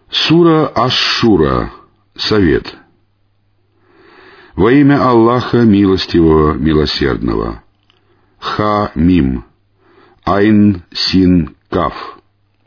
Сура Аш-Шура. Совет. Во имя Аллаха Милостивого, Милосердного. Ха-Мим. Айн-Син-Каф.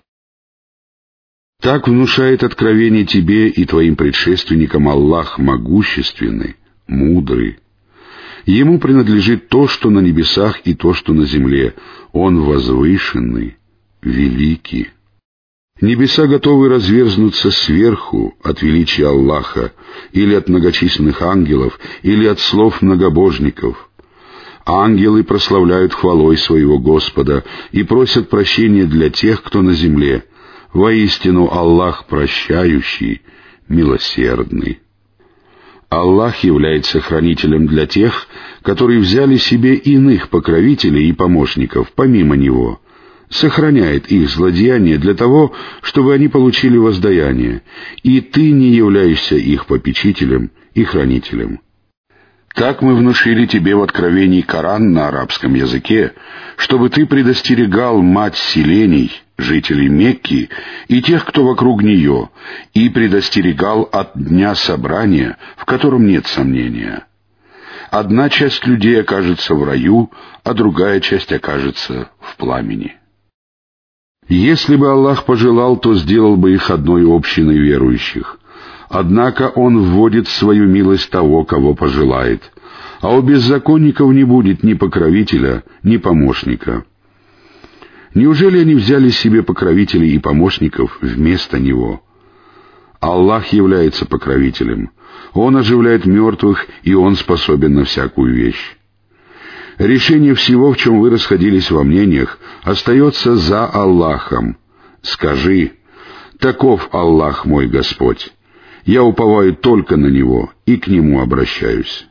Так внушает откровение тебе и твоим предшественникам Аллах Могущественный, Мудрый. Ему принадлежит то, что на небесах, и то, что на земле. Он возвышенный, великий. Небеса готовы разверзнуться сверху от величия Аллаха, или от многочисленных ангелов, или от слов многобожников. Ангелы прославляют хвалой своего Господа и просят прощения для тех, кто на земле. Воистину Аллах прощающий, милосердный. Аллах является хранителем для тех, которые взяли себе иных покровителей и помощников помимо Него, сохраняет их злодеяния для того, чтобы они получили воздаяние, и ты не являешься их попечителем и хранителем. Так мы внушили тебе в откровении Коран на арабском языке, чтобы ты предостерегал мать селений, жителей Мекки и тех, кто вокруг нее, и предостерегал от дня собрания, в котором нет сомнения. Одна часть людей окажется в раю, а другая часть окажется в пламени. Если бы Аллах пожелал, то сделал бы их одной общиной верующих. Однако Он вводит в свою милость того, кого пожелает, а у беззаконников не будет ни покровителя, ни помощника. Неужели они взяли себе покровителей и помощников вместо Него? Аллах является покровителем. Он оживляет мертвых, и Он способен на всякую вещь. Решение всего, в чем вы расходились во мнениях, остается за Аллахом. Скажи: «Таков Аллах мой Господь. Я уповаю только на Него и к Нему обращаюсь».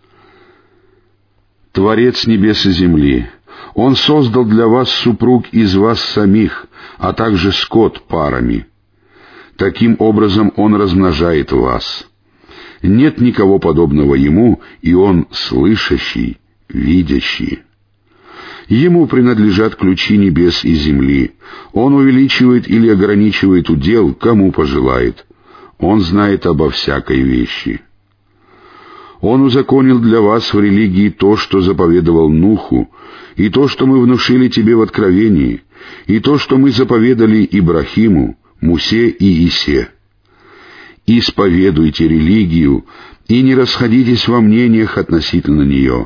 Творец небес и земли. Он создал для вас супруг из вас самих, а также скот парами. Таким образом Он размножает вас. Нет никого подобного Ему, и Он слышащий, видящий. Ему принадлежат ключи небес и земли. Он увеличивает или ограничивает удел, кому пожелает. Он знает обо всякой вещи. Он узаконил для вас в религии то, что заповедовал Нуху, и то, что мы внушили тебе в откровении, и то, что мы заповедали Ибрахиму, Мусе и Исе. Исповедуйте религию и не расходитесь во мнениях относительно нее.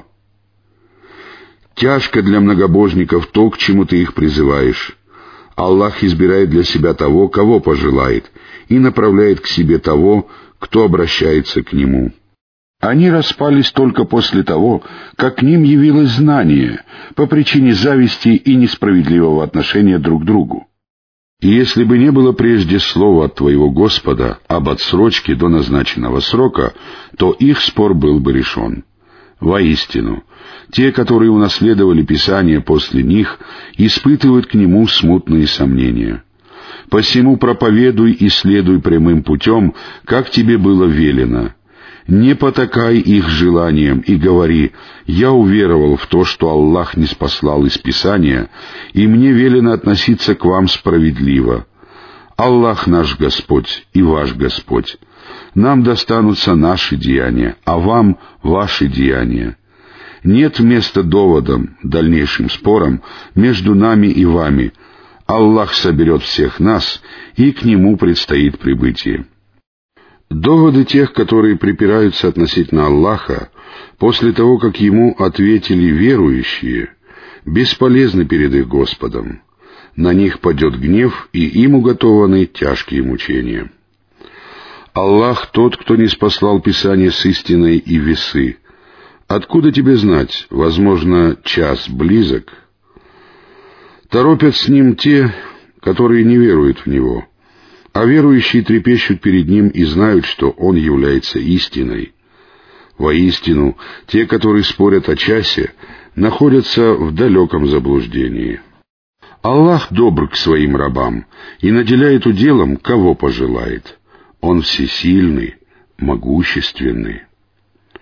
Тяжко для многобожников то, к чему ты их призываешь. Аллах избирает для себя того, кого пожелает, и направляет к себе того, кто обращается к Нему. Они распались только после того, как к ним явилось знание, по причине зависти и несправедливого отношения друг к другу. И если бы не было прежде слова от твоего Господа об отсрочке до назначенного срока, то их спор был бы решен. Воистину, те, которые унаследовали Писание после них, испытывают к нему смутные сомнения. Посему проповедуй и следуй прямым путем, как тебе было велено. Не потакай их желаниям и говори: «Я уверовал в то, что Аллах ниспослал из Писания, и мне велено относиться к вам справедливо. Аллах наш Господь и ваш Господь. Нам достанутся наши деяния, а вам ваши деяния. Нет места доводам, дальнейшим спорам между нами и вами. Аллах соберет всех нас, и к Нему предстоит прибытие». Доводы тех, которые припираются относительно Аллаха, после того, как Ему ответили верующие, бесполезны перед их Господом. На них падет гнев, и им уготованы тяжкие мучения. Аллах тот, кто ниспослал Писание с истиной и весы. Откуда тебе знать? Возможно, час близок. Торопят с ним те, которые не веруют в него, а верующие трепещут перед ним и знают, что он является истиной. Воистину, те, которые спорят о часе, находятся в далеком заблуждении. Аллах добр к своим рабам и наделяет уделом, кого пожелает. Он всесильный, могущественный.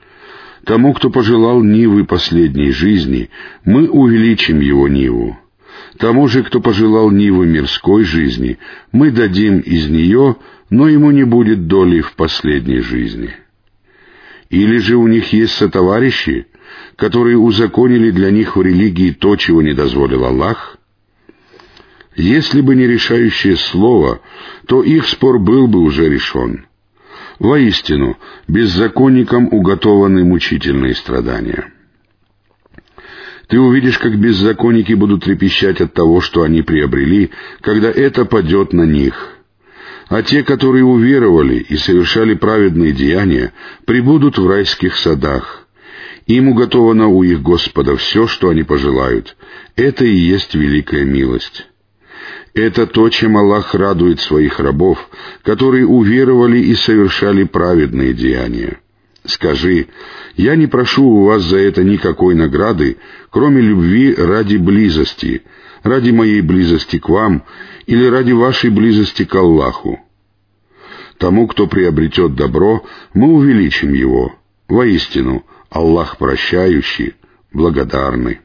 Тому, кто пожелал нивы последней жизни, мы увеличим его ниву. Тому же, кто пожелал нивы мирской жизни, мы дадим из нее, но ему не будет доли в последней жизни. Или же у них есть сотоварищи, которые узаконили для них в религии то, чего не дозволил Аллах? Если бы не решающее слово, то их спор был бы уже решен. Воистину, беззаконникам уготованы мучительные страдания. Ты увидишь, как беззаконники будут трепещать от того, что они приобрели, когда это падет на них. А те, которые уверовали и совершали праведные деяния, пребудут в райских садах. Им уготовано у их Господа все, что они пожелают. Это и есть великая милость. Это то, чем Аллах радует своих рабов, которые уверовали и совершали праведные деяния. Скажи: я не прошу у вас за это никакой награды, кроме любви ради близости, ради моей близости к вам или ради вашей близости к Аллаху. Тому, кто приобретет добро, мы увеличим его. Воистину, Аллах прощающий, благодарный.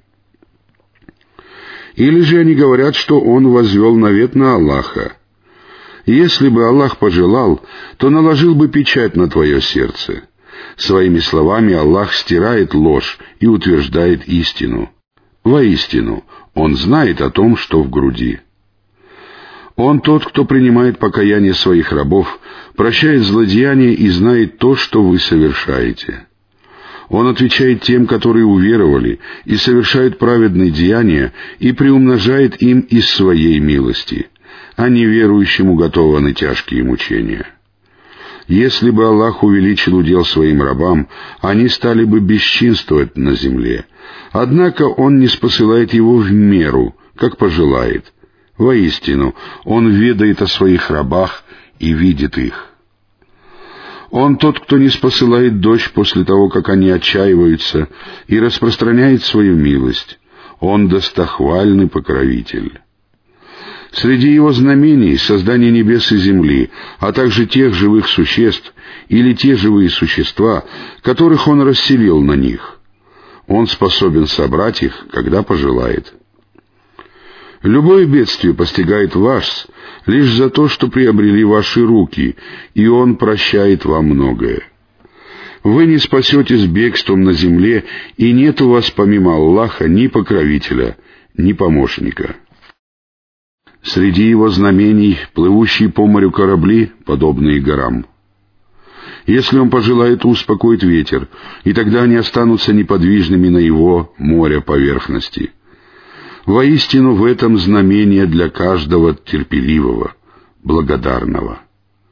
Или же они говорят, что он возвел навет на Аллаха. Если бы Аллах пожелал, то наложил бы печать на твое сердце. Своими словами Аллах стирает ложь и утверждает истину. Воистину, Он знает о том, что в груди. Он тот, кто принимает покаяние своих рабов, прощает злодеяния и знает то, что вы совершаете. Он отвечает тем, которые уверовали и совершают праведные деяния, и приумножает им из своей милости, а неверующим уготованы тяжкие мучения. Если бы Аллах увеличил удел своим рабам, они стали бы бесчинствовать на земле. Однако Он не спосылает его в меру, как пожелает. Воистину, Он ведает о своих рабах и видит их. Он тот, кто не спосылает дождь после того, как они отчаиваются, и распространяет свою милость. Он достохвальный покровитель. Среди его знамений создание небес и земли, а также тех живых существ или те живые существа, которых Он расселил на них. Он способен собрать их, когда пожелает. Любое бедствие постигает вас лишь за то, что приобрели ваши руки, и Он прощает вам многое. Вы не спасетесь бегством на земле, и нет у вас помимо Аллаха ни покровителя, ни помощника. Среди Его знамений плывущие по морю корабли, подобные горам. Если Он пожелает, успокоит ветер, и тогда они останутся неподвижными на Его море поверхности. Воистину, в этом знамение для каждого терпеливого, благодарного.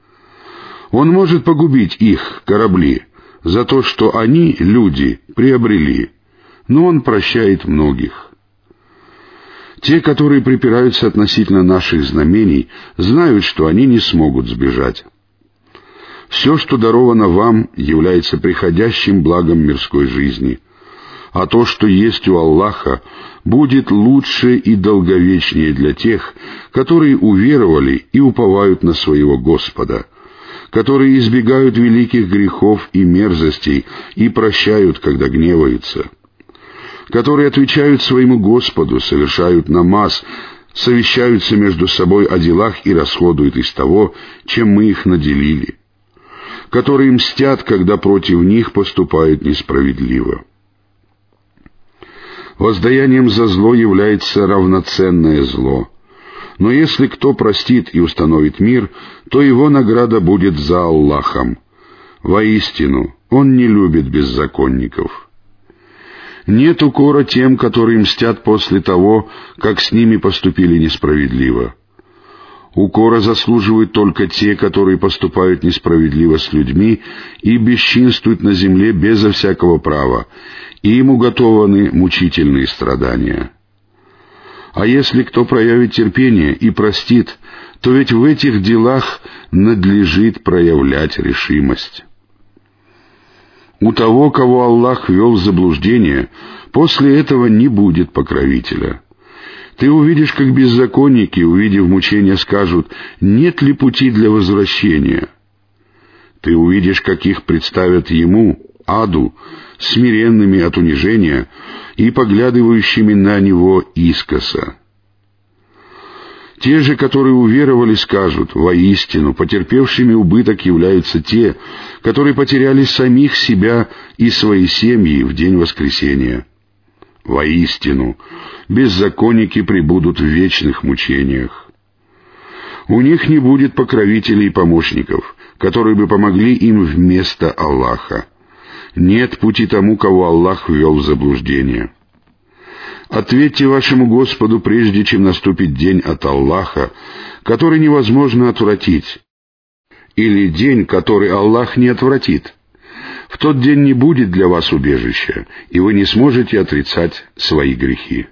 Он может погубить их, корабли, за то, что они, люди, приобрели, но Он прощает многих. Те, которые припираются относительно наших знамений, знают, что они не смогут сбежать. Все, что даровано вам, является приходящим благом мирской жизни, а то, что есть у Аллаха, будет лучше и долговечнее для тех, которые уверовали и уповают на своего Господа, которые избегают великих грехов и мерзостей и прощают, когда гневаются, которые отвечают своему Господу, совершают намаз, совещаются между собой о делах и расходуют из того, чем мы их наделили, которые мстят, когда против них поступают несправедливо. Воздаянием за зло является равноценное зло. Но если кто простит и установит мир, то его награда будет за Аллахом. Воистину, Он не любит беззаконников. Нет укора тем, которые мстят после того, как с ними поступили несправедливо. Укора заслуживают только те, которые поступают несправедливо с людьми и бесчинствуют на земле безо всякого права, и им уготованы мучительные страдания. А если кто проявит терпение и простит, то ведь в этих делах надлежит проявлять решимость. У того, кого Аллах ввел в заблуждение, после этого не будет покровителя. Ты увидишь, как беззаконники, увидев мучения, скажут: «Нет ли пути для возвращения?» Ты увидишь, как их представят ему, аду, смиренными от унижения и поглядывающими на него искоса. Те же, которые уверовали, скажут: воистину, потерпевшими убыток являются те, которые потеряли самих себя и свои семьи в день воскресения. Воистину, беззаконники пребудут в вечных мучениях. У них не будет покровителей и помощников, которые бы помогли им вместо Аллаха. Нет пути тому, кого Аллах ввел в заблуждение. Ответьте вашему Господу, прежде чем наступит день от Аллаха, который невозможно отвратить, или день, который Аллах не отвратит. В тот день не будет для вас убежища, и вы не сможете отрицать свои грехи.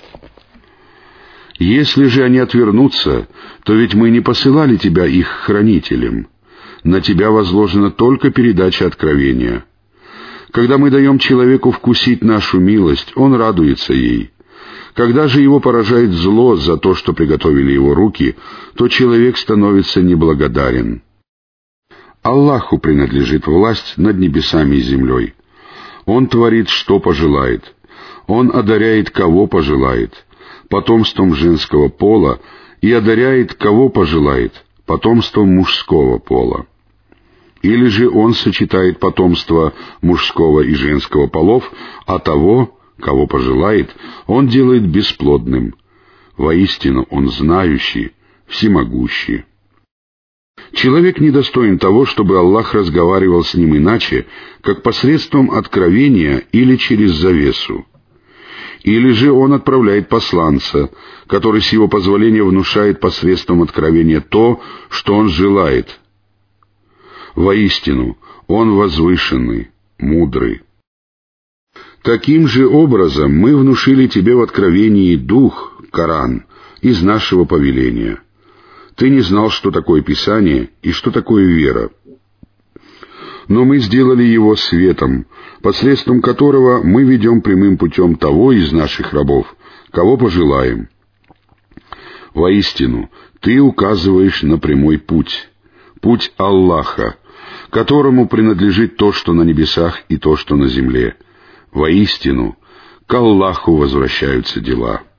Если же они отвернутся, то ведь мы не посылали тебя их хранителем. На тебя возложена только передача откровения. Когда мы даем человеку вкусить нашу милость, он радуется ей. Когда же его поражает зло за то, что приготовили его руки, то человек становится неблагодарен. Аллаху принадлежит власть над небесами и землей. Он творит, что пожелает. Он одаряет, кого пожелает, потомством женского пола, и одаряет, кого пожелает, потомством мужского пола. Или же он сочетает потомство мужского и женского полов, а того, кого пожелает, он делает бесплодным. Воистину, он знающий, всемогущий. Человек недостоин того, чтобы Аллах разговаривал с ним иначе, как посредством откровения или через завесу. Или же он отправляет посланца, который с его позволения внушает посредством откровения то, что он желает. Воистину, он возвышенный, мудрый. Таким же образом мы внушили тебе в откровении дух, Коран, из нашего повеления. Ты не знал, что такое Писание и что такое вера. Но мы сделали его светом, посредством которого мы ведем прямым путем того из наших рабов, кого пожелаем. Воистину, ты указываешь на прямой путь, путь Аллаха, которому принадлежит то, что на небесах, и то, что на земле. Воистину, к Аллаху возвращаются дела.